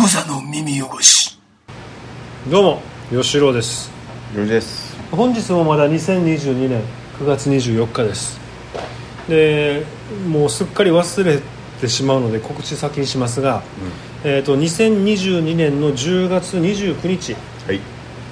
無座の耳汚し。 どうも吉郎です。 よろです。 本日もまだ2022年9月24日です。でもうすっかり忘れてしまうので告知先にしますが、2022年の10月29日、 はい、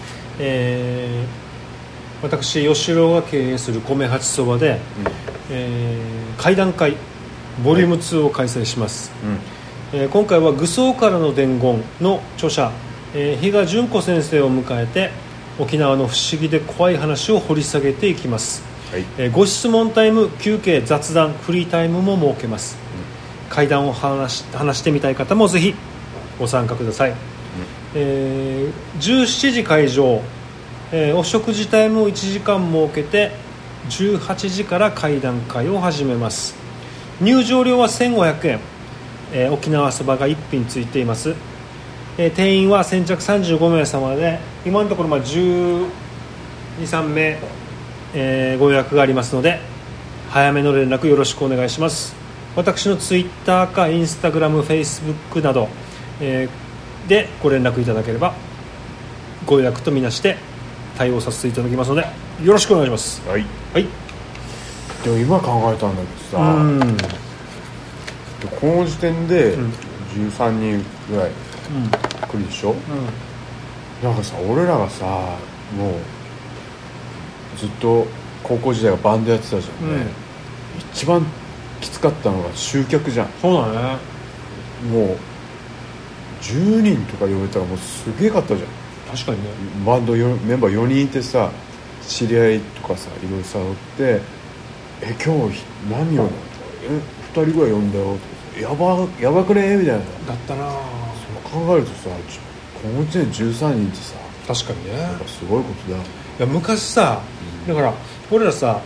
私吉郎が経営する米八そばで、会談会ボリューム2を開催します。今回は愚僧からの伝言の著者、比嘉純子先生を迎えて沖縄の不思議で怖い話を掘り下げていきます。はい、ご質問タイム、休憩、雑談、フリータイムも設けます。会談を話してみたい方もぜひご参加ください。17時会場、お食事タイムを1時間設けて18時から会談会を始めます。入場料は1500円、沖縄そばが1品ついています。定員は先着35名様で今のところ12、3名、ご予約がありますので早めの連絡よろしくお願いします。私のツイッターかインスタグラム、フェイスブックなど、でご連絡いただければご予約とみなして対応させていただきますのでよろしくお願いします。 はい、 はい、 でも今考えたんだけどさ、この時点で13人ぐらい来るでしょ、なんかさ、俺らがさもうずっと高校時代はバンドやってたじゃんね、一番きつかったのが集客じゃん。 そうだね。 もう10人とか呼べたらもうすげえかったじゃん。 確かにね。 バンドメンバー4人いてさ、知り合いとかさいろいろ誘って今日何を2人ぐらい呼んだよ、やばくねみたいな。 だったな。 そう考えるとさ、この時点13人ってさ、 確かにね、 なんかすごいことだ。 いや昔さ、だから俺らさ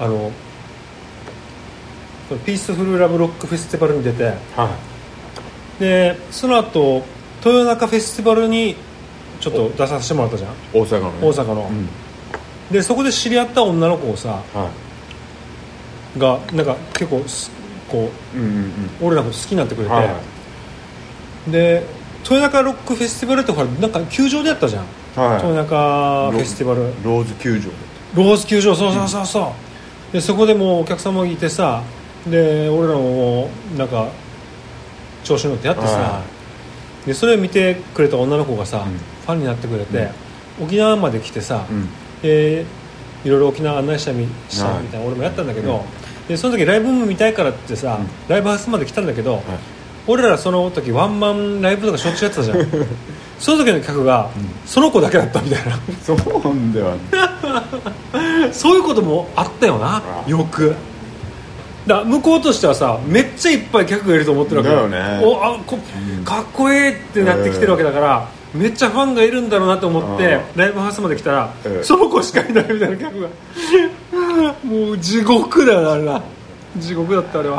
ピースフルラブロックフェスティバルに出て、でその後豊中フェスティバルにちょっと出させてもらったじゃん、 大阪のね。 大阪の、でそこで知り合った女の子をさ、がなんか結構こう、俺らのこと好きになってくれて、で豊中ロックフェスティバルってほらなんか球場でやったじゃん、豊中フェスティバル、 ローズ球場、 そう、でそこでもうお客さんもいてさ、で俺らもなんか調子乗ってやってさ、でそれを見てくれた女の子がさ、ファンになってくれて、沖縄まで来てさ、いろいろ沖縄案内したみたいな俺もやったんだけど、でその時ライブも見たいからってさ、ライブハウスまで来たんだけど、俺らその時ワンマンライブとかしょっちゅうやってたじゃんその時の客が、その子だけだったみたいなそうなんだよそういうこともあったよな、よく。だ向こうとしてはさ、めっちゃいっぱい客がいると思ってるわけだよね。 かっこいいってなってきてるわけだから、めっちゃファンがいるんだろうなと思ってライブハウスまで来たら、その子しかいないみたいな客がもう地獄だよな、あれな。地獄だった、あれは。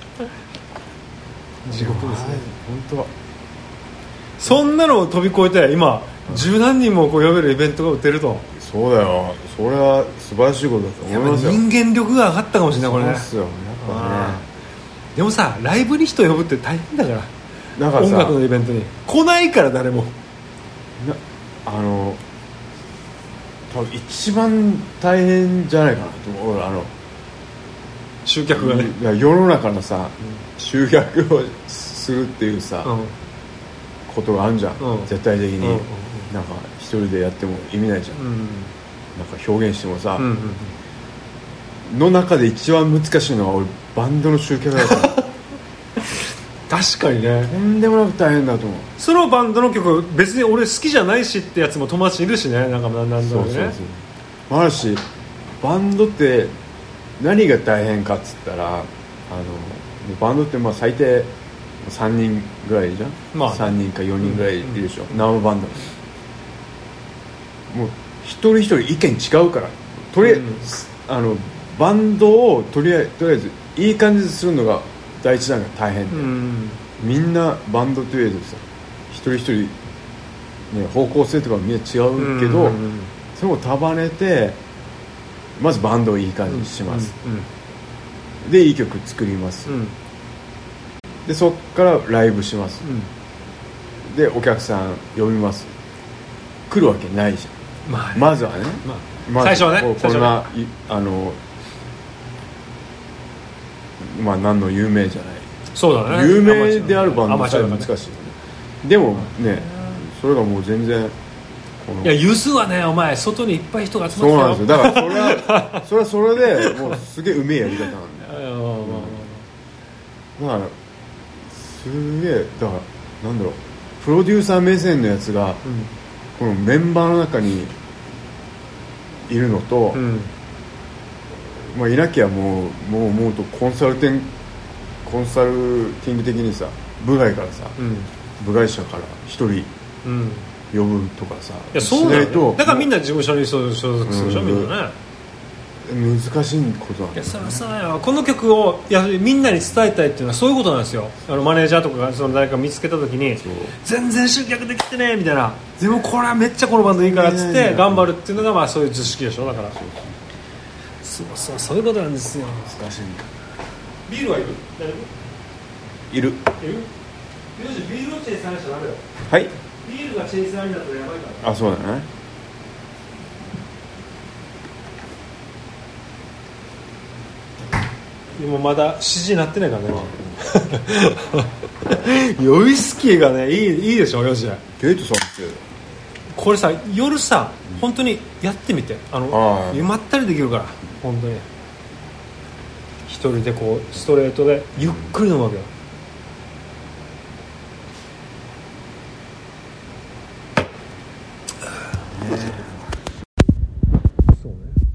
地獄ですね、 本当は。 そんなのを飛び越えて今十何人もこう呼べるイベントが打てると。 そうだよ、それは素晴らしいことだと思いますよ。 人間力が上がったかもしれない、これね。 そうですよ、やっぱね。 でもさ、ライブに人呼ぶって大変だから、 だからさ、 音楽のイベントに来ないから誰も。 多分一番大変じゃないかなと思う。 集客がね、 世の中のさ、集客をするっていうさ、ことがあるじゃん、絶対的に、なんか一人でやっても意味ないじゃん、なんか表現してもさ、の中で一番難しいのは俺バンドの集客だから確かにね、 とんでもなく大変だと思う。 そのバンドの曲別に俺好きじゃないしってやつも友達いるしね、なんかなんだろうね。 そうあるし、バンドって何が大変かっつったら、バンドってまあ最低3人ぐらいじゃん、3人か4人ぐらいいるでしょ、生バンド。もう一人一人意見違うから、バンドをとりあえずいい感じにするのが第一段階大変で、みんなバンドといえどさ、一人一人、ね、方向性とかみんな違うけど、それを束ねてまずバンドをいい感じにします、でいい曲作ります、でそっからライブします、 でお客さん呼びます、来るわけないじゃん、まずはね、 まあ、最初はねこんなまあ何の有名じゃない、 そうだね、 有名であるバンド自体難しいよね。でもね、それがもう全然いや、ゆずはね、お前外にいっぱい人が集まってそうなんですよ。だからそれはそれでもうすげえうめえやり方なんだよ。だからすげえ、だからなんだろう、プロデューサー目線のやつが、このメンバーの中にいるのと、まあ、いなきゃもうコンサルティング的にさ、部外からさ、部外者から一人呼ぶとかさ、 いやそうだよ、ね、だからみんな事務所に所属するでしょ、みんなね。 難しいことなんだよ、ね、 いやそれはさ、この曲をみんなに伝えたいっていうのはそういうことなんですよ。マネージャーとかが誰か見つけた時に全然集客できてねみたいな、でもこれはめっちゃこのバンドいいからっつって頑張るっていうのが、まあそういう図式でしょ。だからそういうことなんですよ。 難しいんだ。 ビールはいる？ いる。 ビールをチェイサーにしちゃダメだよ。 はい。 ビールがチェイサーになったらやばいから、ね。 あ、そうだね。 でもまだ7時になってないからね。ウイスキーがね、いいでしょ、4時。 ゲートさんってこれさ、夜さ、本当にやってみて、まったりできるから、本当に一人でこうストレートでゆっくり飲むわけよ。そうね。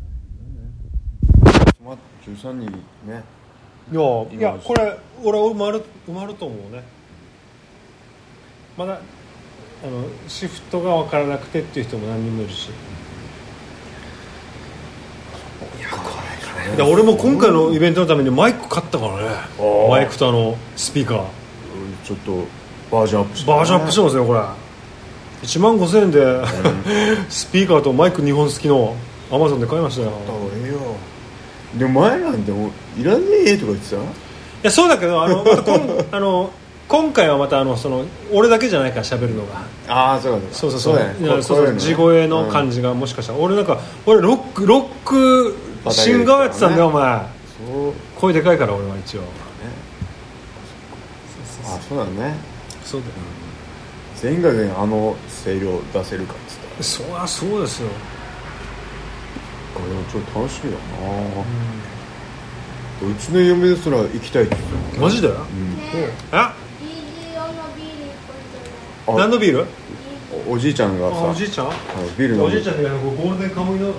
13人ね。 いやこれ俺は埋まると思うね。まだシフトが分からなくてっていう人も何人もいるし。いや俺も今回のイベントのためにマイク買ったからね。マイクとスピーカーちょっとバージョンアップして、 バージョンアップしてますよこれ。15,000円で、スピーカーとマイク2本付きのアマゾンで買いましたよ。 でも前なんてもういらねえとか言ってた。いやそうだけど今回はまた俺だけじゃないから喋るのが。 ああそうかそう地声の感じがもしかしたら、俺ロックシンガーやってたんだよお前。声でかいから俺は一応。 あそうだね。 そうだよ。 全額に声量出せるかっつったら。そうですよ。 でもちょっと楽しみだな。うちの嫁ですら行きたいって言ってた。 マジだよ。何のビール？ おじいちゃんがさ。 おじいちゃん？ ビールのおじいちゃんがゴールデンカムイの。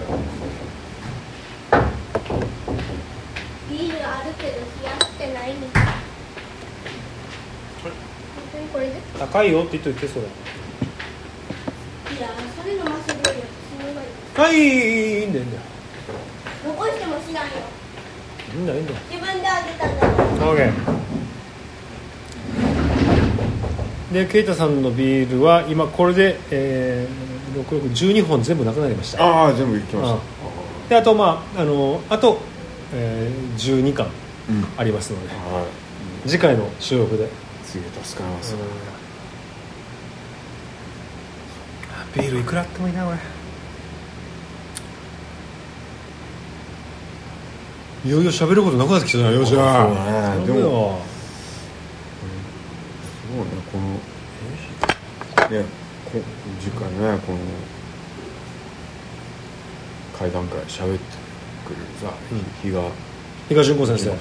ビールあるけど冷やしてないみたい。本当にこれで？ 高いよって言っといてそれ。 いやそれ飲ませるよりはい、いいんだよ。 残しても知らんよ。 いいんだ。 自分であげたんだよ。 オーケー。でケイタさんのビールは今これで、12本全部なくなりました。 ああ全部いきました。 であと12巻ありますので、次回の収録で次助かります。 ビールいくらあってもいいな俺。いよいよ喋ることなくなってきたなよ。じゃあそうね。でもそうね、次回ねこの会談会喋ってくれるさ、比嘉淳子先生、 ち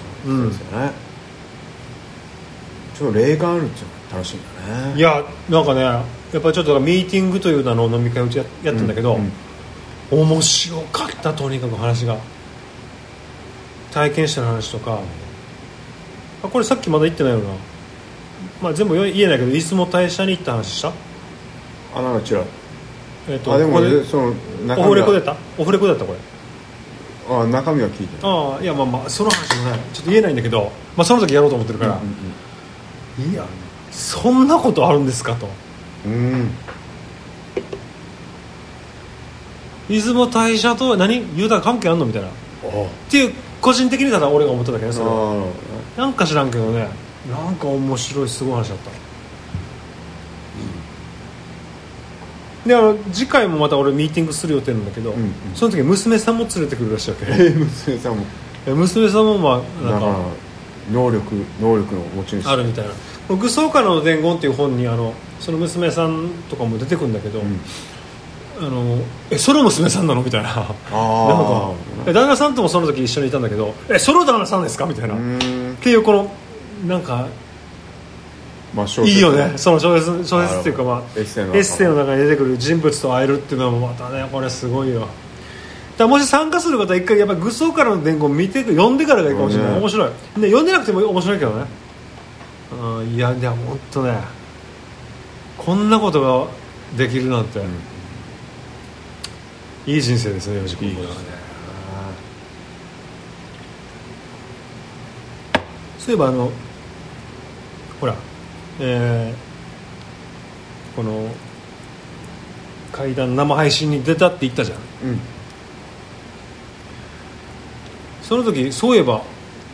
ょっと霊感あるっていうのが楽しいんだね。 いやなんかねやっぱりちょっとミーティングという名の飲み会をやったんだけど、面白かった。とにかく話が体験した話とか、これさっきまだ言ってないよな、まあ、全部言えないけど出雲大社に行った話した。 なんか違う。 でもこれそのオフレコだったこれ。 中身は聞いていやまあその話もねちょっと言えないんだけど、まあ、その時やろうと思ってるから、いやそんなことあるんですかと。出雲大社と言うたら関係あんのみたいなっていう個人的にただ俺が思っただけね。それはなんか知らんけどね、なんか面白いすごい話だった。 で次回もまた俺ミーティングする予定なんだけど、 うんうん、 その時娘さんも連れてくるらしいわけ。 娘さんも娘さんもまあなんか能力の持ち主あるみたいな。愚装家の伝言っていう本にその娘さんとかも出てくるんだけど、その娘さんなのみたいな。なんか旦那さんともその時一緒にいたんだけど、その旦那さんですかみたいなっていうこのなんか、 まあ、 いいよね。その小説っていうか、まあ、エッセイの中に出てくる人物と会えるっていうのもまたねこれすごいよ。だからもし参加する方は一回やっぱり愚装からの伝言見て読んでからがいいかもしれない、面白いで読んでなくても面白いけどね。いやでも本当ねこんなことができるなんて、いい人生ですね吉君。そういえばほら、この怪談生配信に出たって言ったじゃん、その時そういえば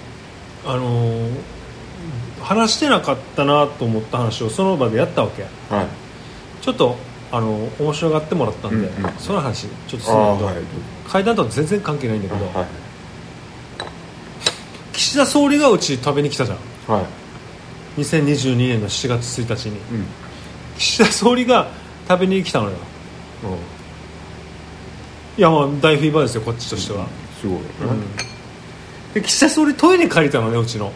話してなかったなと思った話をその場でやったわけ、はい、ちょっと面白がってもらったんで、その話ちょっとすると、怪談とは全然関係ないんだけど、岸田総理がうち食べに来たじゃん、2022年の7月1日に、岸田総理が食べに来たのよ、いやまあ大フィーバーですよこっちとしては、 すごい、 で岸田総理トイレ借りたのねうちの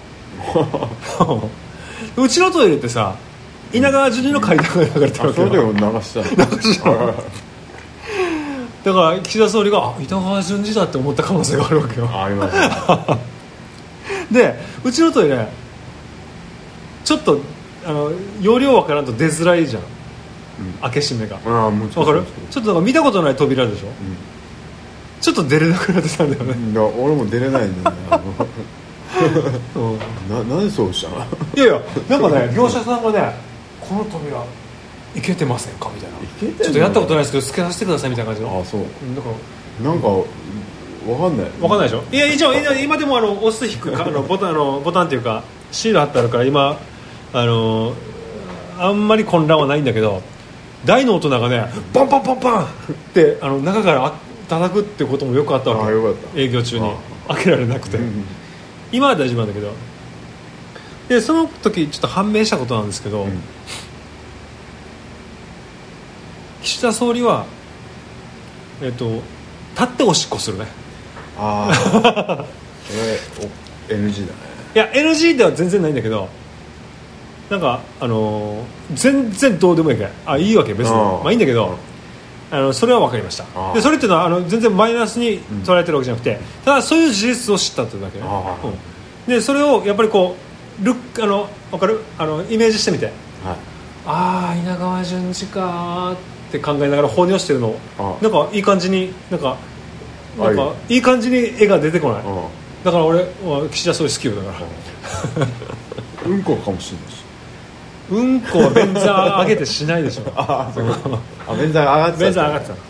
うちのトイレってさ稲川淳二の階段が流れてるわけよ。 それで流しただから岸田総理が稲川淳二だって思った可能性があるわけよ。 ありますねでうちのトイレちょっと容量わからんと出づらいじゃん、開け閉めが。わかる？ちょっとなんか見たことない扉でしょ、ちょっと出れなくなってたんだよね。 俺も出れないんだよねなんでそうしたの？ いやいやなんかね業者さんがねこの扉いけてませんかみたいな、ちょっとやったことないですけどつけさせてくださいみたいな感じの。 あ、そう。 だからなんかわかんないでしょ。 いや一応今でも押す引くボタンっていうかシール貼ってあるから今あんまり混乱はないんだけど、大の大人がねバンバンバンバンって中から叩くってこともよくあったわけ。 よかった。 営業中に開けられなくて、今は大丈夫なんだけど、でその時ちょっと判明したことなんですけど、岸田総理は立っておしっこするね。 ああNG だね。 いや NG では全然ないんだけど、なんか全然どうでもいいからいいわけ別に、まあいいんだけど、それは分かりました。でそれっていうのは全然マイナスに捉えてるわけじゃなくて、ただそういう事実を知ったというだけね。でそれをやっぱりこう分かるイメージしてみて、ああ稲川淳二かって考えながら放尿してるの、なんかいい感じになんかいい感じに絵が出てこない。だから俺は岸田総理好きよ。だからうんこかもしれないし、 うんこは便座上げてしないでしょ便座上がってた。 便座上がってた。そうです。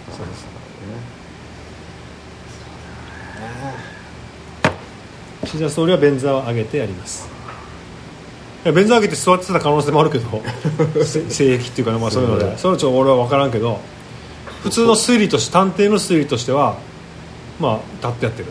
岸田総理は便座を上げてやります。いや便座上げて座ってた可能性もあるけど性癖っていうかね、まあそういうので、それはちょっと俺は分からんけど、普通の推理として探偵の推理としてはまあ立ってやってる。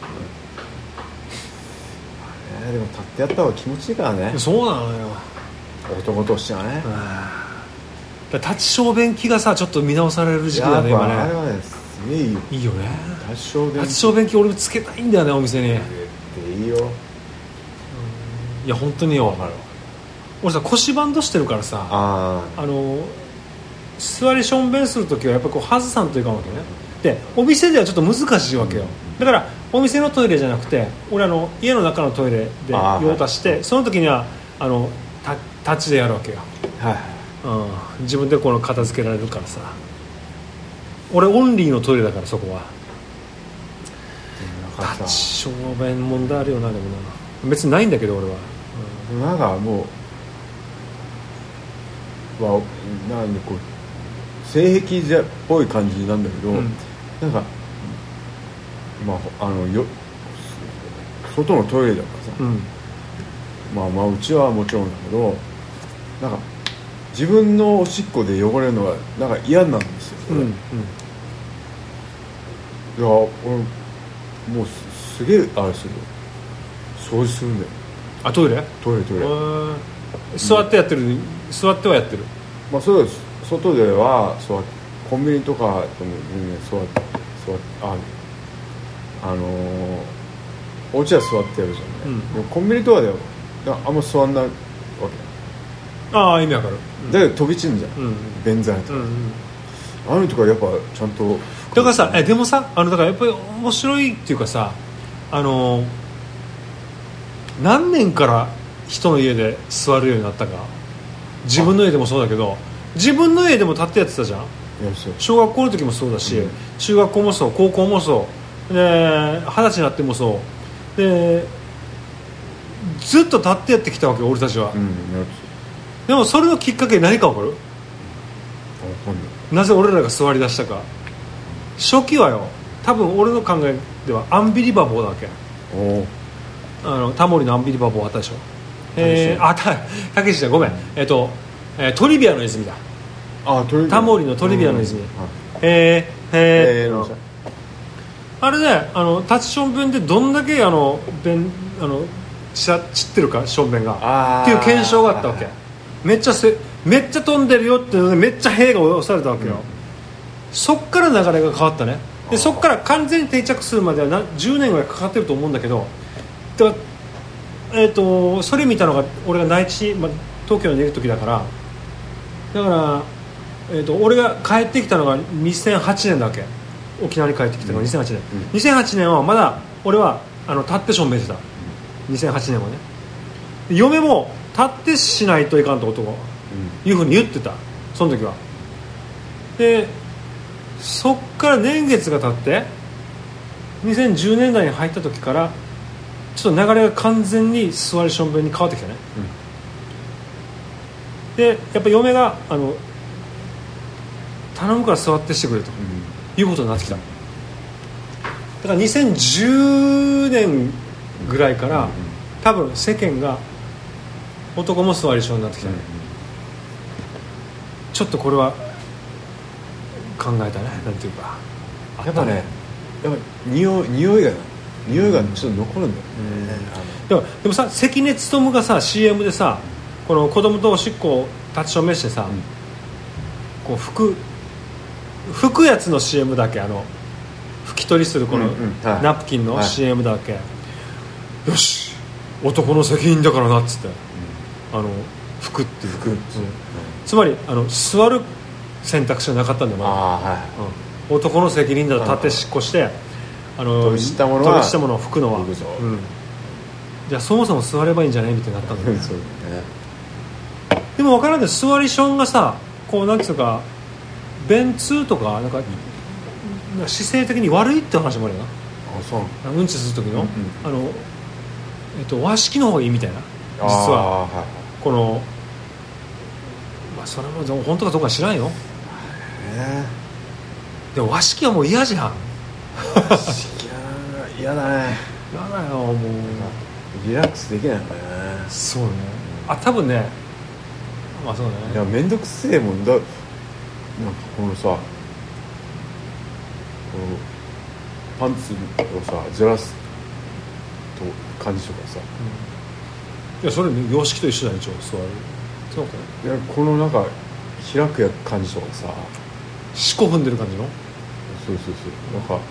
でも立ってやった方が気持ちいいからね。 そうなのよ。 男としてはね。 立ち小便器がさちょっと見直される時期だね今ね。 あれはねすげえいいよ。 いいよね。 立ち小便器俺もつけたいんだよねお店に。 いいよ。 いや本当によ。俺さ腰バンドしてるからさ、座りしょんべんするときはやっぱこう外さんといかんわけね。でお店ではちょっと難しいわけよ。だからお店のトイレじゃなくて俺家の中のトイレで用足して、その時には立ちでやるわけよ。自分でこの片付けられるからさ。俺オンリーのトイレだからそこは。立ち小便問題あるよな。でもな別にないんだけど俺は、 なんかもうなんでこう性癖っぽい感じなんだけど、なんかまあ外のトイレだからさ、まあうちはもちろんだけど、なんか自分のおしっこで汚れるのがなんか嫌なんですよ、 うんうん、 いや俺もうすげえあれするよ、掃除するんだよ。 あ、トイレ座ってやってる、座ってはやってる。 まあそうです。外では座って、コンビニとかでも全然座ってお家は座ってやるじゃんね、でもコンビニとかではあんま座んないわけ。 ああ、意味わかる。 だけど飛び散んじゃん、便座とか、あのとかやっぱちゃんとだからさ、でもさ、だからやっぱり面白いっていうかさ、何年から人の家で座るようになったか。自分の家でもそうだけど、自分の家でも立ってやってたじゃん。小学校の時もそうだし、中学校もそう、高校もそうで、20歳になってもそうで、ずっと立ってやってきたわけよ、俺たちは、でもそれのきっかけ何か分かる？なぜ俺らが座り出したか。初期はよ、多分俺の考えではアンビリバボーだわけ。タモリのアンビリバボーあったでしょ。たけしじゃごめん、トリビアの泉だ。タモリのトリビアの泉、あれね、立ちションベンでどんだけ散ってるか、ションベンがっていう検証があったわけ。めっちゃ飛んでるよっていうので、めっちゃ兵が押されたわけよ、そっから流れが変わったね。でそっから完全に定着するまでは10年ぐらいかかってると思うんだけど、だそれ見たのが俺が内地、東京にいる時だから、俺が帰ってきたのが2008年だっけ。沖縄に帰ってきたのが2008年、2008年はまだ俺は立ってしょんべんしてた。2008年はね、嫁も立ってしないといかんと男いうふうに言ってた、その時は。でそっから年月が経って2010年代に入った時からちょっと流れが完全に座りしょんべんに変わってきたね、でやっぱ嫁が頼むから座ってしてくれと、いうことになってきた。だから2010年ぐらいから、多分世間が男も座り症になってきたね、ちょっとこれは考えたね。なんていうか、 やっぱね、やっぱ匂いがちょっと残るんだよね、 でもさ、関根勤がさ CM でさ、この子供とおしっこを立ちションベンしてさ、こう拭くやつの CM だっけ、拭き取りするこのナプキンの CM だっけ、よし男の責任だからなっつって、拭くっていう、つまり座る選択肢はなかったんだよ、男の責任だと立ってしっこして飛び散ったものを拭くのは、じゃあそもそも座ればいいんじゃないみたいになったんだよねでも分からんで、座りションがさ、こうなんつうか便通とかなんか姿勢的に悪いって話もあるよな。うんちする時の、和式の方がいいみたいな、実は、この、それも本当かどうか知らんよ、でも和式はもう嫌じゃん嫌だね。 嫌だよ、もうリラックスできないのかね。 そうね、多分ね、そうね、 いやめんどくせえもんだ。なんかこのさ、このパンツをさずらすと感じとかさ、 いやそれね、洋式と一緒だよ、一応座る。そうか、 いやこのなんか開く感じとかさ、 四股踏んでる感じの、 そうなんか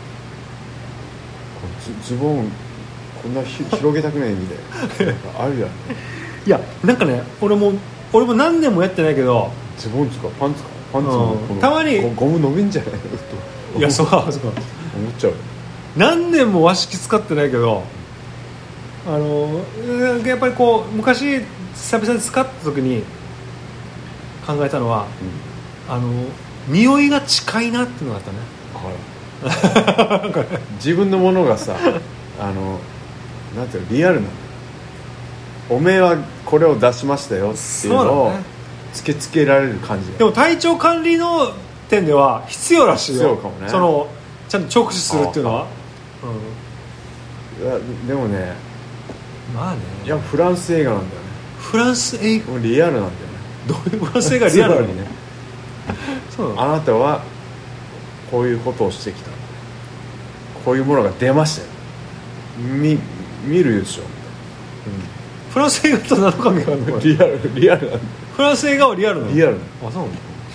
ズボンこんな広げたくないみたいななんかあるじゃんいやなんかね、俺も何年もやってないけど、 ズボンつかパンツもたまにゴム伸びんじゃないいやそう思っちゃう。 何年も和式使ってないけど、やっぱりこう昔久々に使った時に考えたのは、匂いが近いなっていうのがあったね自分のものがさなんていうの、リアルなの。おめえはこれを出しましたよっていうのを突きつけられる感じ。 でも体調管理の点では必要らしいよ。 必要かもね。 ちゃんと直視するっていうのは、 いやでもね、 まあね、 いやフランス映画なんだよね。 フランス映画リアルなんだよね。 どういうプラス映画リアルにねそうなの。 あなたはこういうことをしてきた、こういうものが出ましたよ、見るでしょ、 フランス映画と何の関係があるのこれリアルなんだ、 フランス映画はリアルなの。 リアルあ、そうなの。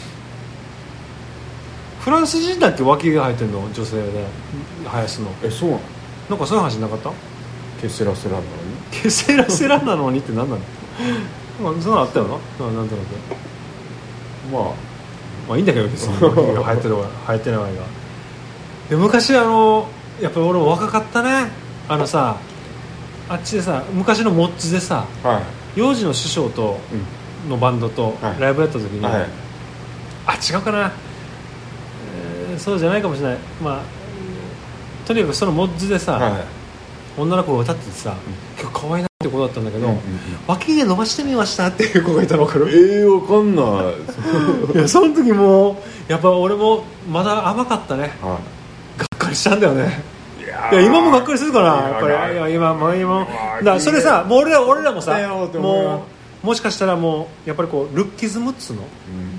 フランス人だっけ脇が生えてんの、女性で生やすの。 そうなの。 なんかそういう話なかった？ ケセラセラなのにケセラセラなのにって何なのなんかそんなのあったよな。なんとなくままあいいんだけど別に脇が生えてるわ生えてないわがで昔やっぱり俺も若かったね。さあっちでさ昔のモッツでさあはい幼児の師匠とのバンドとはいライブやった時に、 はいあ違うかな、そうじゃないかもしれない。まあとにかくそのモッズでさ、 はい女の子が歌っててさ、結構可愛いなって子だったんだけど、 うんうん脇毛伸ばしてみましたっていう子がいたの分かる？ わかんないいやその時もうやっぱ俺もまだ甘かったね。 はがっかりしたんだよね。 い。いいや今もがっかりするかな、やっぱり。 いや今もだからそれさもう俺らもさもしかしたらもうやっぱりこうルッキズムっつうの、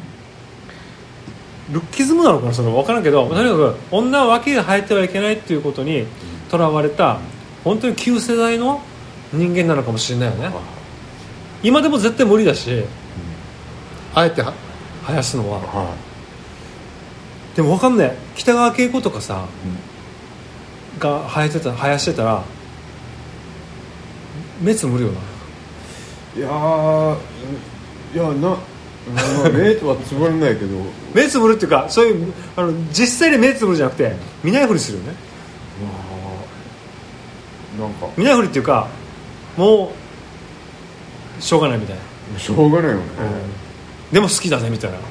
ルッキズムなのかな、それ分からんけど、とにかく女は脇が生えてはいけないっていうことにとらわれた本当に旧世代の人間なのかもしれないよね。今でも絶対無理だし、あえて生やすのは。 はでも分かんない、北川景子とかさ、が生やしてたら目つむるよな。 い。いや目とはつぶらないけど目つぶるっていうか、そういう実際に目つぶるじゃなくて見ないふりするよね。 なんか見ないふりっていうかもうしょうがないみたいな、 しょうがないよね、 でも好きだねみたいな。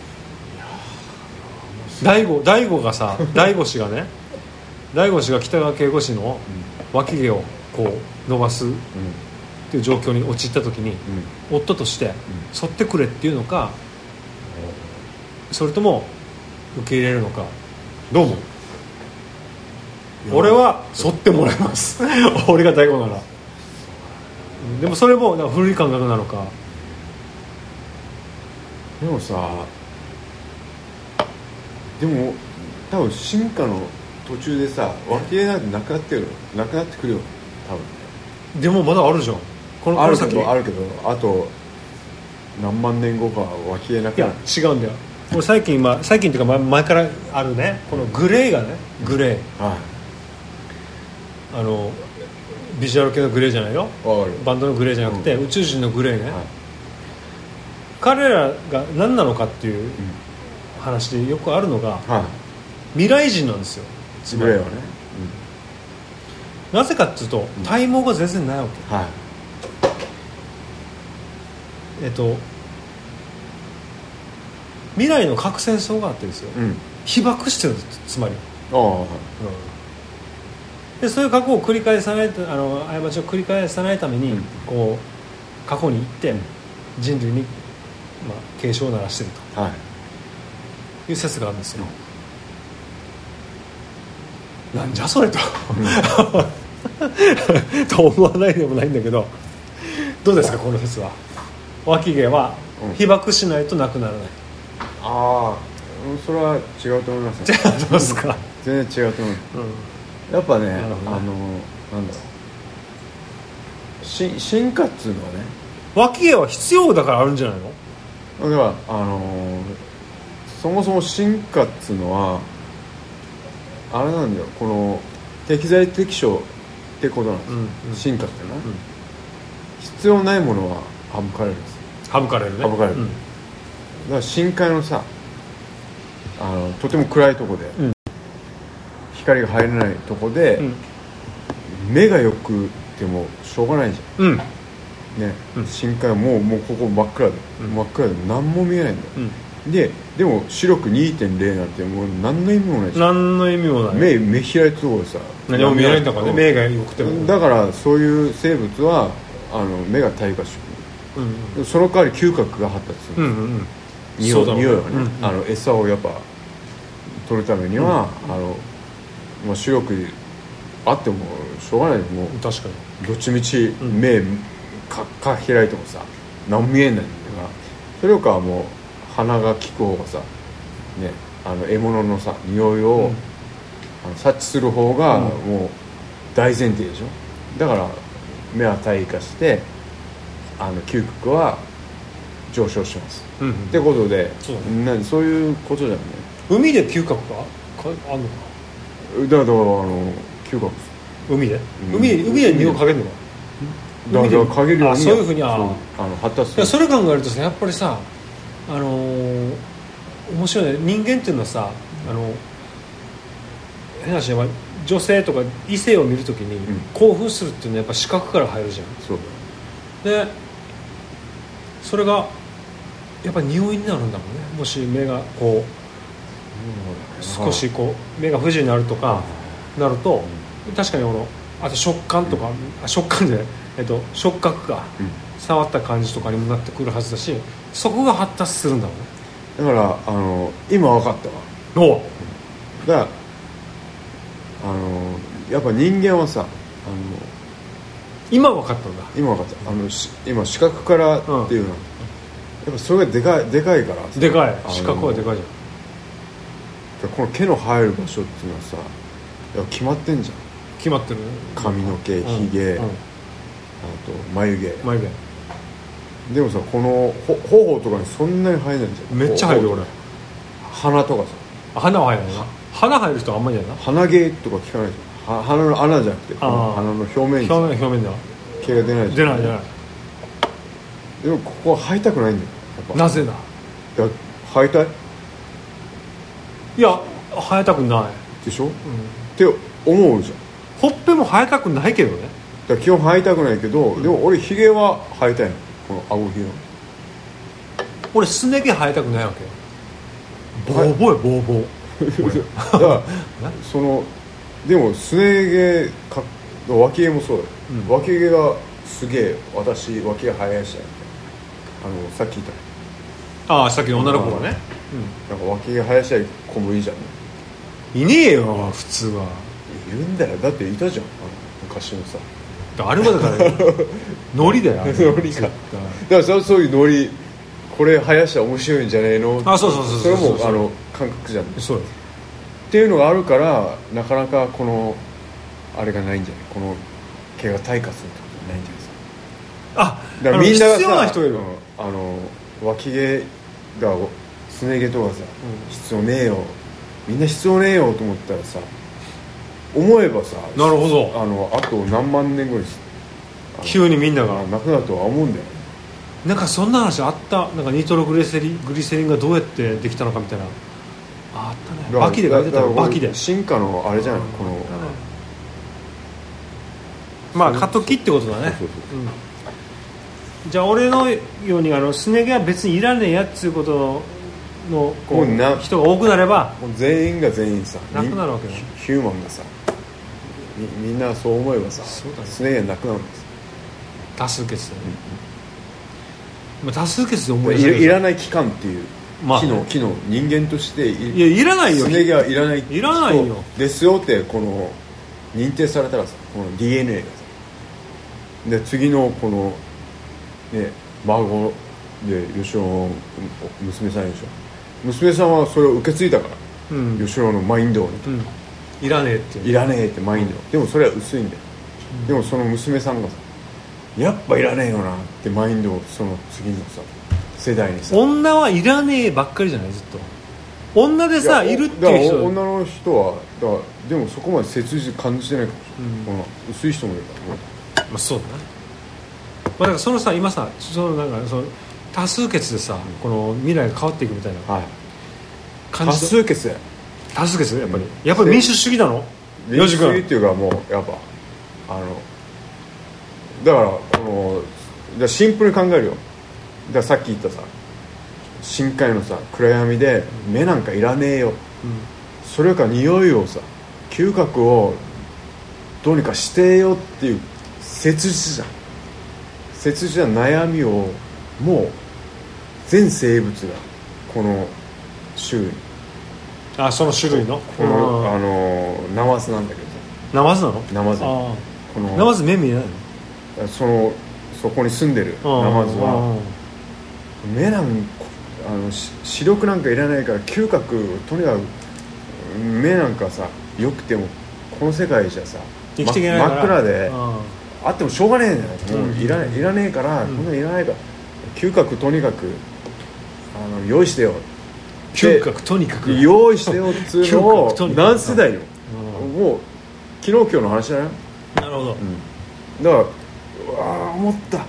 大悟がさ大悟氏が北川景子氏の脇毛をこう伸ばすっていう状況に陥った時に、夫として剃ってくれっていうのか、それとも受け入れるのか、どう思う？俺は剃ってもらいます俺が大悟なら。でもそれもなんか古い感覚なのか。 でもさ、でも多分進化の途中でさ脇毛なんてなくなってくるよ多分。 でもまだあるじゃん、この先。 あるけどあと何万年後か脇毛なくいやなる。 違うんだよ。俺最近っていうか前からあるね、このグレーがね、グレー、 はビジュアル系のグレーじゃないよ、 い、わかる。 バンドのグレーじゃなくて、宇宙人のグレーね、 はい、 彼らが何なのかっていう話でよくあるのが、 は未来人なんですよ。 い、グレーはね、 なぜかっていうと体毛が全然ないわけ。 はい、 未来の核戦争があってですよ、被爆してるんです、つまり。 はい、 でそういう過去を繰り返さない過ちを繰り返さないために、こう過去に行って人類に、警鐘を鳴らしているはい、 という説があるんですよ。なんじゃそれと、と思わないでもないんだけど、どうですかこの説は。脇毛は被爆しないとなくならない。 ああ、それは違うと思います、 じゃあどうですか。 全然違うと思います、やっぱね、 なるほどねなんだろう、進化っつうのはね、 脇毛は必要だからあるんじゃないの。 だからそもそも進化っつうのはあれなんだよ、この適材適所ってことなんです、進化ってのは、必要ないものは省かれるんです。 省かれるね。 だから深海のさ、とても暗いとこで、光が入れないとこで、目がよくてもしょうがないじゃん、ね、深海はもうここ真っ暗で、真っ暗で何も見えないんだよ、でも視力 2.0 なんてもう何の意味もないじゃん。 何の意味もない。 目開いたところでさ何も見えないんだからね、目が良くても。 だからそういう生物は目が退化してくる、その代わり嗅覚が発達する、匂いはね、餌をやっぱ取るためには、視力あってもしょうがない。もう確かにどっちみち目か開いてもさ何も見えないんだかれかはもう鼻が利く方がさ、ね、獲物のさ匂いを、察知する方がもう大前提でしょ。だから目は退化して嗅覚は上昇します、ってことで、そういうことじゃんね。 海で嗅覚があんのか。 だから嗅覚海で匂い嗅げるのか。 だから嗅げるようにそういうふうに発達する。 それ考えるとさ、やっぱりさ面白いね。人間っていうのはさ変な話は女性とか異性を見るときに興奮するっていうのはやっぱ視覚から入るじゃん。 そうでそれがやっぱ匂いになるんだもんね。もし目がこう少しこう目が不自由になるとかなると、確かにあと食感とか、食感じゃない、触覚が触った感じとかにもなってくるはずだし、そこが発達するんだもんね。 だから今分かったわ。 おうだからやっぱ人間はさ今分かったんだ。 今分かった。今視覚からっていうのは、やっぱそれがでかいからさ。 でかい。視覚はでかいじゃん。この毛の生える場所っていうのはさ、やっぱ決まってんじゃん。 決まってるね。 髪の毛、ひげ、あと眉毛。でもさ、この頬とかにそんなに生えないんじゃん。 めっちゃ生える。俺鼻とかさ。 鼻は生えないな。鼻生える人はあんまりないな。 鼻毛とか聞かないじゃん。鼻の穴じゃなくて鼻の表面に表面では毛が出ないじゃん。 出ない。 でもここは生えたくないんだよ。やっぱなぜだ。 生えたい。 いや生えたくないでしょ、って思うじゃん。 ほっぺも生えたくないけどね。 だから基本生えたくないけど、でも俺ヒゲは生えたいの。この顎ひげ。 俺すね毛生えたくないわけよ。ボーボーボーボーだからでもすね毛脇毛もそうだよ、脇毛がすげえ私脇毛生やしたよ。さっき言った。 さっきの女の子がね、 なんか脇毛生やしたい子もいいじゃん。 いねえよ普通は。 いるんだよ。だっていたじゃん昔のさ。 あれはだからノリだよ。 ノリか。だからそういうノリ、これ生やしたら面白いんじゃねえの。 そうそれも感覚じゃん。 そうっていうのがあるからなかなかこのあれがないんじゃない。この毛が退化するってことないんじゃないですか。だからみんながさ、 必要な人いる。 脇毛がすね毛とかさ、必要ねえよ、みんな必要ねえよと思ったらさ、思えばさ、 なるほど、 あと何万年後に急にみんながなくなるとは思うんだよ。 なんかそんな話あった。なんかニトログリセリンがどうやってできたのかみたいなあったね。バキで書いてたよ。バキで進化のあれじゃない、このまあ過渡期ってことだね。じゃあ俺のようにすね毛は別にいらねえやっつうことの人が多くなればもう全員が全員さなくなるわけだ。 ヒューマンがさみんなそう思えばさ、すね毛がなくなるんです。 多数決でね、多数決で思いいらない期間っていう、機能人間としていらないよ。 すね毛はいらないよですよって認定されたらさ、この DNA がさで次のこのね孫で吉郎の娘さんでしょ。娘さんはそれを受け継いだから、吉郎のマインドを、 いらねえっていらねえってマインド、でもそれは薄いんだよ、でもその娘さんがさやっぱいらねえよなってマインドをその次のさ世代にさ、 女はいらねえばっかりじゃない。ずっと女でさ いるっていう人、 女の人はだからでもそこまで切実感じてないかもしれない、薄い人もいるから、 そうだな。だからそのさ今さなんか多数決でさ、この未来が変わっていくみたいな感じ。多数決やっぱり、やっぱり民主主義なの。 民主主義っていうかもうやっぱだからシンプルに考えるよ。だからさっき言ったさ深海のさ暗闇で目なんかいらねえよ、それか匂いをさ嗅覚をどうにかしてよっていう切実な悩みをもう全生物がこの種類その種類のこのナマズなんだけどさ。 ナマズなの。 ナマズナマズ目見えないの。 そこに住んでるナマズは目なん視力なんかいらないから嗅覚とにかく目なんかさ良くてもこの世界じゃさ生きていけないから真っ暗であってもしょうがねえんだよ、もういらねえから、こんなのいらないから嗅覚とにかく用意してよ嗅覚とにかく用意してよっつうのを嗅覚とにかく何世代よ、もう昨日今日の話だよ。 なるほど、 だから思った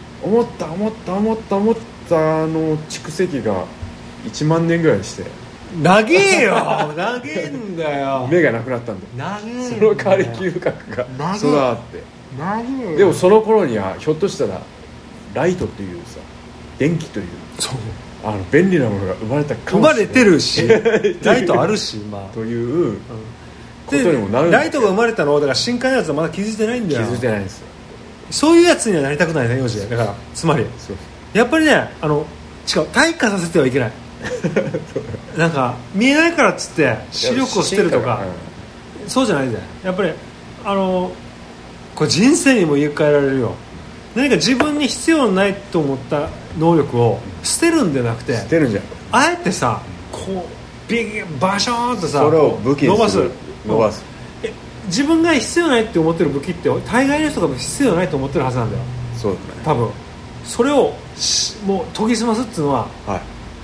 蓄積が1万年ぐらいして長えよ長えんだよ目がなくなったんだよ。 長えその代わり嗅覚が育って長えよ。 でもその頃にはひょっとしたらライトというさ電気というそう便利なものが生まれたか生もしれないまれてるしライトあるし、 ということにもなるんだけど、 ライトが生まれたのだから深海のやつはまだ気づいてないんだよ。 気づいてないんですよ。 そういうやつにはなりたくないね、幼児だから。つまりそうやっぱりね違う、退化させてはいけないなんか見えないからっつって視力を捨てるとか、そうじゃないんだよ。やっぱりこれ人生にも言い換えられるよ。何か自分に必要ないと思った能力を捨てるんでなくて、 捨てるんじゃん。 あえてさこうバショーンとさそれを武器にする伸ばす。 自分が必要ないって思ってる武器って大概の人が必要ないと思ってるはずなんだよ。 そうだね。 多分それをもう研ぎ澄ますっていうのは、 はい、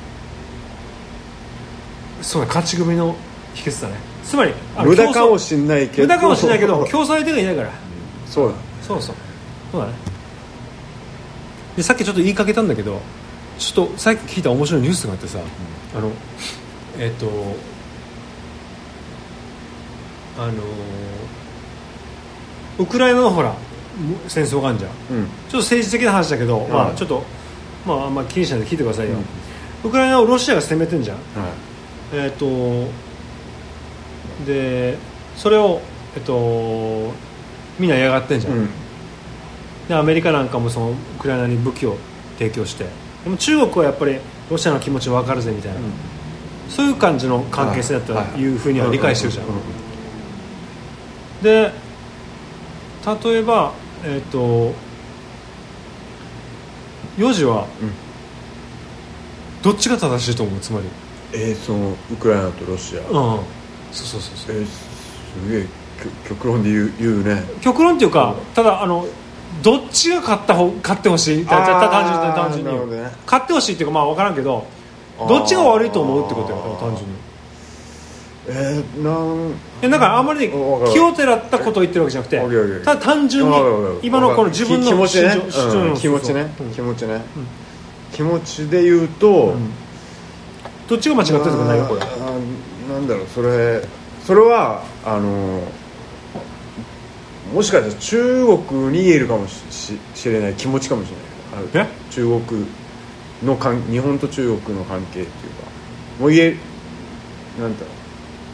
そうだ、勝ち組の秘訣だね。つまり無駄かもしんないけど競争相手がいないから、 そうだ、 そうだね。でさっきちょっと言いかけたんだけど、ちょっとさっき聞いた面白いニュースがあってさ、ウクライナのほら戦争があるじゃん、ちょっと政治的な話だけど、ちょっとあんま気にしないで聞いてくださいよ、ウクライナをロシアが攻めてんじゃん、でそれをみんな嫌がってんじゃん、でアメリカなんかもそのウクライナに武器を提供して、でも中国はやっぱりロシアの気持ち分かるぜみたいな、そういう感じの関係性だったというふうには理解してるじゃん。で例えば幼児はどっちが正しいと思う？つまりそのウクライナとロシア、 そうすげえ極論で言うね。 極論っていうか、ただどっちが勝ってほしい、単純に、勝ってほしいっていうか分からんけど、どっちが悪いと思うってことよ、単純に。なんかあんまり気をてらったことを言ってるわけじゃなくて、ただ単純に今のこの自分の気持ち気持ちで言うと、 どっちが間違ってるとかないよこれ。 なんだろう、それはもしかしたら中国に言えるかもしれない気持ちかもしれない。中国の日本と中国の関係っていうか、もう言えなんだろう。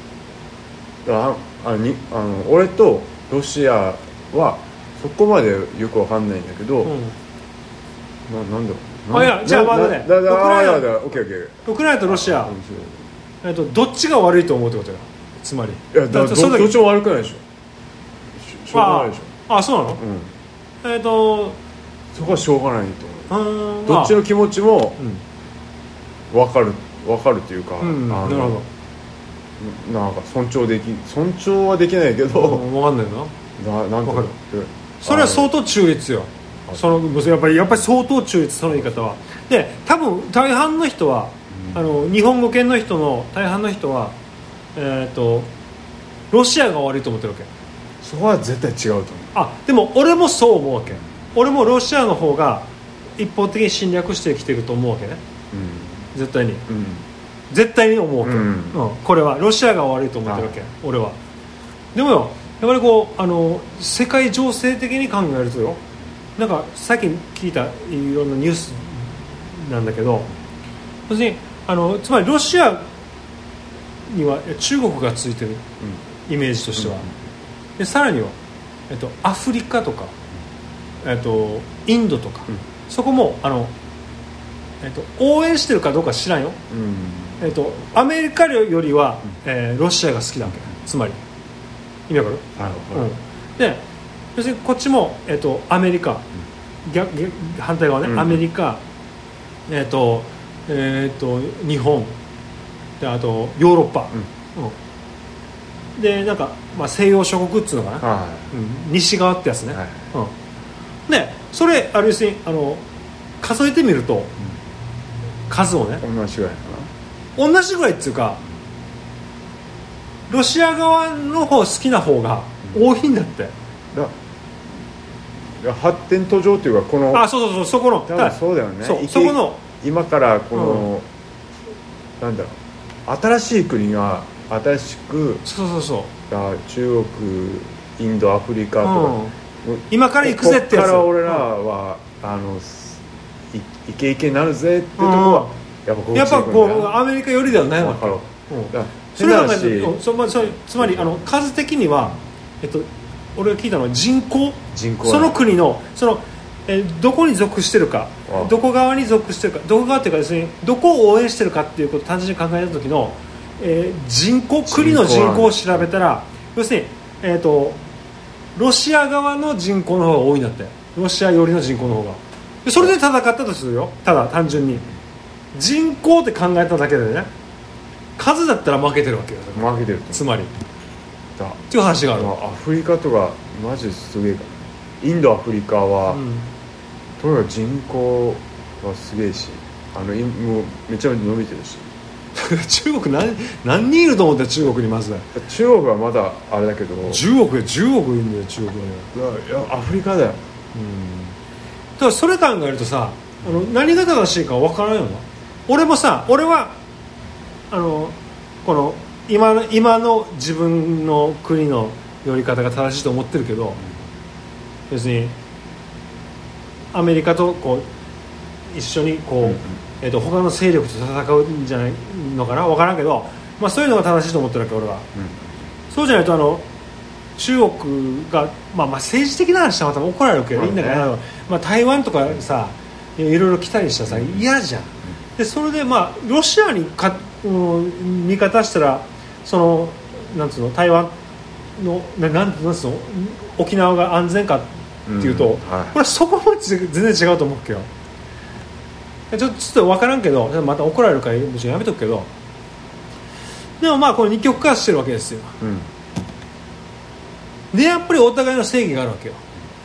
俺とロシアはそこまでよくわかんないんだけど、なんだろう。 いやじゃあまだね。ウクライナとロシア、どっちが悪いと思うってことよ。つまり。 いやどっちも悪くないでしょ。しょうがないでしょ。 そうなの？ そこはしょうがないと思う。どっちの気持ちもわかるっていうか、 なるほど。 なんか尊重はできないけど、 分かんないな。 なんかそれは相当中立よ。やっぱり相当中立、その言い方は。で多分大半の人は、日本語圏の人の大半の人はロシアが悪いと思ってるわけ。 そこは絶対違うと思う。 でも俺もそう思うわけ。俺もロシアの方が一方的に侵略してきてると思うわけね、絶対に、絶対に思うわけ、これはロシアが悪いと思ってるわけ、俺は。でもよ、やっぱりこう世界情勢的に考えるとよ、なんかさっき聞いたいろんなニュースなんだけど、別につまりロシアには中国がついてるイメージとしては、でさらには、アフリカとか、インドとか、そこも応援してるかどうか知らんよ、アメリカよりは、ロシアが好きだわけ。つまり意味わかる？で別にこっちも、アメリカ、反対側ね、アメリカ、 日本で、あとヨーロッパ、でなんか、西洋諸国っつうのかな、 は西側ってやつね、 はいでそれある意味数えてみると、数をねい、同じぐらいか同じぐらいっていうか、ロシア側の方好きな方が多いんだって、 な。発展途上っていうか、このそうそこの多分そうだよね。 そこの今からこの、なんだろう、新しい国が新しく、 そう中国、インド、アフリカとか、 今から行くぜってやつ、 ここから俺らは、イケイケになるぜっていうところは、 やっぱこうアメリカ寄りではないわけ。それはつまり数的には、俺が聞いたのは人口その国のどこに属してるか、どこ側に属してるか、どこ側っていうかですね、どこを応援してるかっていうことを単純に考えた時の、人口、国の人口を調べたら、要するに、ロシア側の人口の方が多いんだって。ロシア寄りの人口の方が。それで戦ったとするよ。ただ単純に人口って考えただけでね、数だったら負けてるわけよ。 負けてるつまりっていう話がある。 アフリカとかマジすげえから、インド、アフリカは、とにかく人口はすげえし、もうめちゃめちゃ伸びてるし中国何人いると思って、中国にまず中国はまだあれだけど、 10億いるんだよ、中国いやアフリカだよ。 だからそれ考えるとさ、何が正しいか分からんよな。俺はこの今の自分の国の寄り方が正しいと思ってるけど、要するにアメリカとこう一緒にこう、他の勢力と戦うんじゃないのかな、分からんけど、そういうのが正しいと思ってるわけ俺は、そうじゃないと中国が、政治的な話はまた怒られるけどいいんだけど、台湾とかさ、いろいろ来たりしたらさ嫌じゃん。でそれでロシアに味方したら、なんつうの、台湾のなんつうの、沖縄が安全かっていうと、これはそこまで全然違うと思うけど、ちょっと分からんけど、また怒られるからもちろんやめとくけど、でもこれ二極化してるわけですよ、でやっぱりお互いの正義があるわけよ。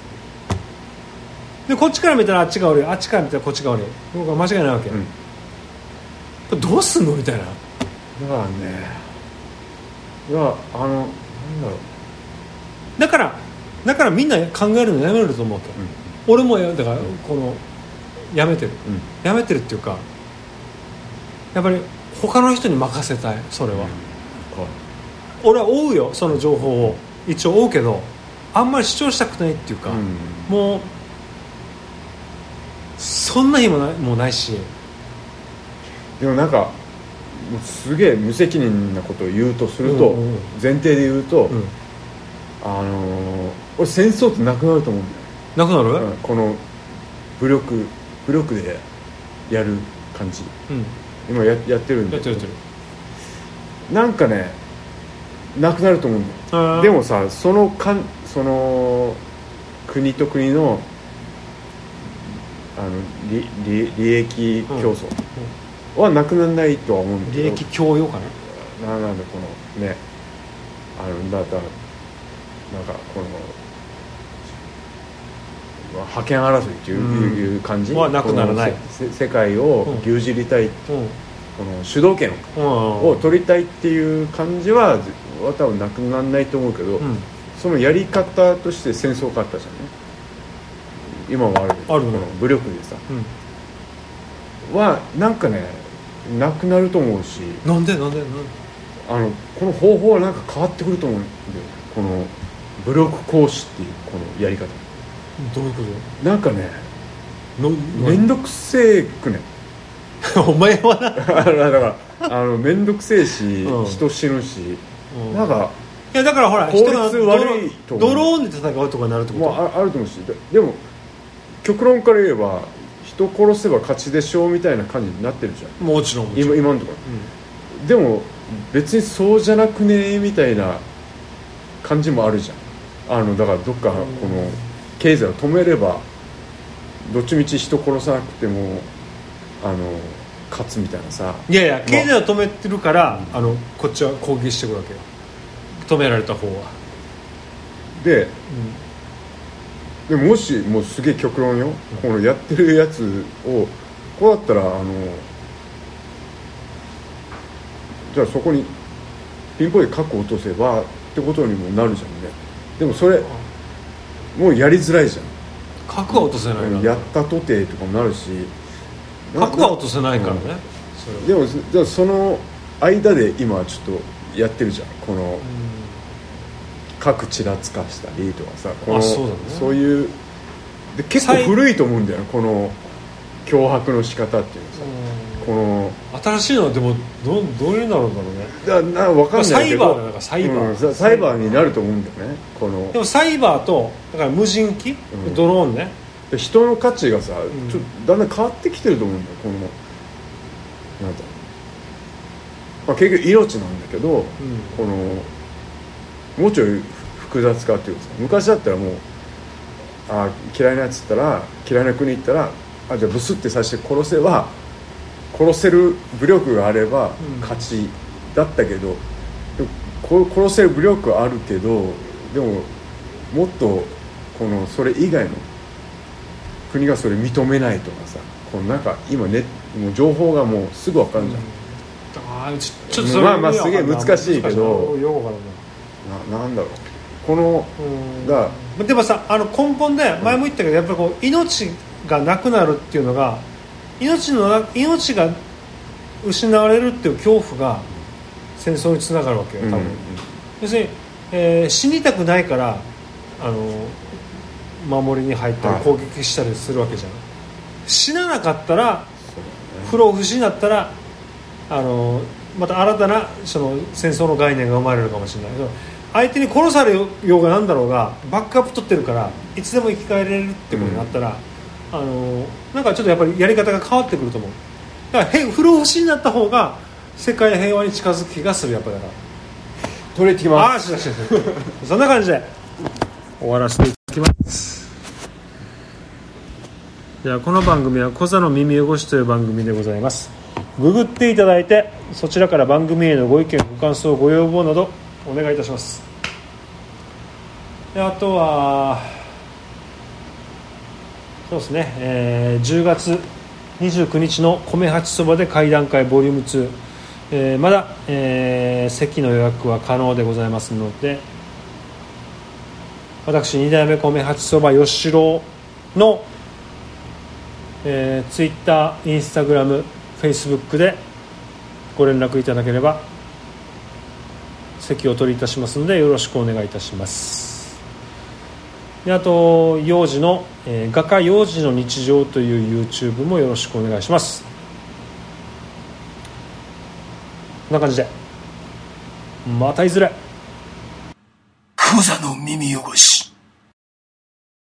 でこっちから見たらあっちが悪い、あっちから見たらこっちが悪い、僕は間違いないわけ、どうすんのみたいな。 だからね、なんだろう、 だからみんな考えるのやめると思うわけ、俺もだからやめてる、やめてるっていうか、やっぱり他の人に任せたい。それは、俺は追うよ、その情報を一応追うけど、あんまり主張したくないっていうか、もうそんな日もないし。 でもなんかもうすげえ無責任なことを言うとすると、前提で言うと、俺戦争ってなくなると思うんだよ。 なくなる？ この武力でやる感じ、今やってるんで、 やってるなんかね、なくなると思うんだよ。でもさ、その国と国の利益競争はなくならないとは思うんだけど、 利益供与かな、 なんだこのね、なんかこの覇権争いっていう感じはなくならない。 世界を牛耳りたい、この主導権を取りたいっていう感じは多分なくならないと思うけど、そのやり方として戦争があったじゃんね。今はあるこの武力でさ、はなんかね、なくなると思うし。 なんでこの方法はなんか変わってくると思うんだよ。この武力行使っていうこのやり方。 どういうこと？なんかね、めんどくせえくねお前はなだからめんどくせえし、人死ぬし、なんかいやだからほら、 効率悪いとドローンで戦うとかになるってこと、 あると思うし、でも極論から言えば人殺せば勝ちでしょうみたいな感じになってるじゃん。 もちろん今のところ、でも別にそうじゃなくねみたいな感じもあるじゃん。だからどっかこの経済を止めれば、どっちみち人殺さなくても勝つみたいなさ。 いやいや KJ は止めてるから、こっちは攻撃してくるわけよ、止められた方は。 で、でもしもうすげえ極論よ、このやってるやつをこうだったらじゃあそこにピンポイント角落とせばってことにもなるじゃんね。でもそれもうやりづらいじゃん。 角は落とせないから、 やったとてとかもなるし、 角は落とせないからね、 でもじゃあその間で今ちょっとやってるじゃん、この各ちらつかしたりとかさ、このそういうで結構古いと思うんだよ、この脅迫の仕方っていうのさ、この新しいのはでもどういうのなんだろうね。 分かんないけど、 サイバーだからサイバー、 サイバーになると思うんだよね。このでもサイバーとだから無人機、ドローンね、 人の価値がさ、ちょっとだんだん変わってきてると思うんだよ、このなんだ、結局命なんだけど、このもうちょい複雑化っていうかさ、昔だったらもう嫌いなやつったら、嫌いな国行ったらじゃあブスってさして殺せば、殺せる武力があれば勝ちだったけど、殺せる武力はあるけど、でももっとこのそれ以外の国がそれ認めないとかさ、このなんか今ね、もう情報がもうすぐ分かるじゃん。 ちょっとそれまあすげえ難しいけど、なんだろう、このでもさ、根本で前も言ったけど、やっぱりこう命がなくなるっていうのが、命が失われるっていう恐怖が戦争につながるわけよ、多分。要するに、死にたくないから守りに入ったり攻撃したりするわけじゃん。死ななかったら、不老不死になったらまた新たなその戦争の概念が生まれるかもしれないけど、相手に殺されようがなんだろうがバックアップ取ってるから、いつでも生き返れるってことになったら、なんかちょっとやっぱりやり方が変わってくると思う。だから不老不死になった方が世界平和に近づく気がする。やっぱりだから取り行ってきます。 そんな感じで終わらせていただきます。ではこの番組はコザの耳汚しという番組でございます。ググっていただいて、そちらから番組へのご意見ご感想ご要望などお願いいたします。であとはそうですね、10月29日の米八そばで会談会ボリューム2、まだ、席の予約は可能でございますので、私2代目米八そば吉郎の、Twitter、Instagram、Facebook でご連絡いただければ席を取りいたしますので、よろしくお願いいたします。であと幼児の、画家幼児の日常という YouTube もよろしくお願いします。こんな感じでまたいずれ。 コザの耳汚し。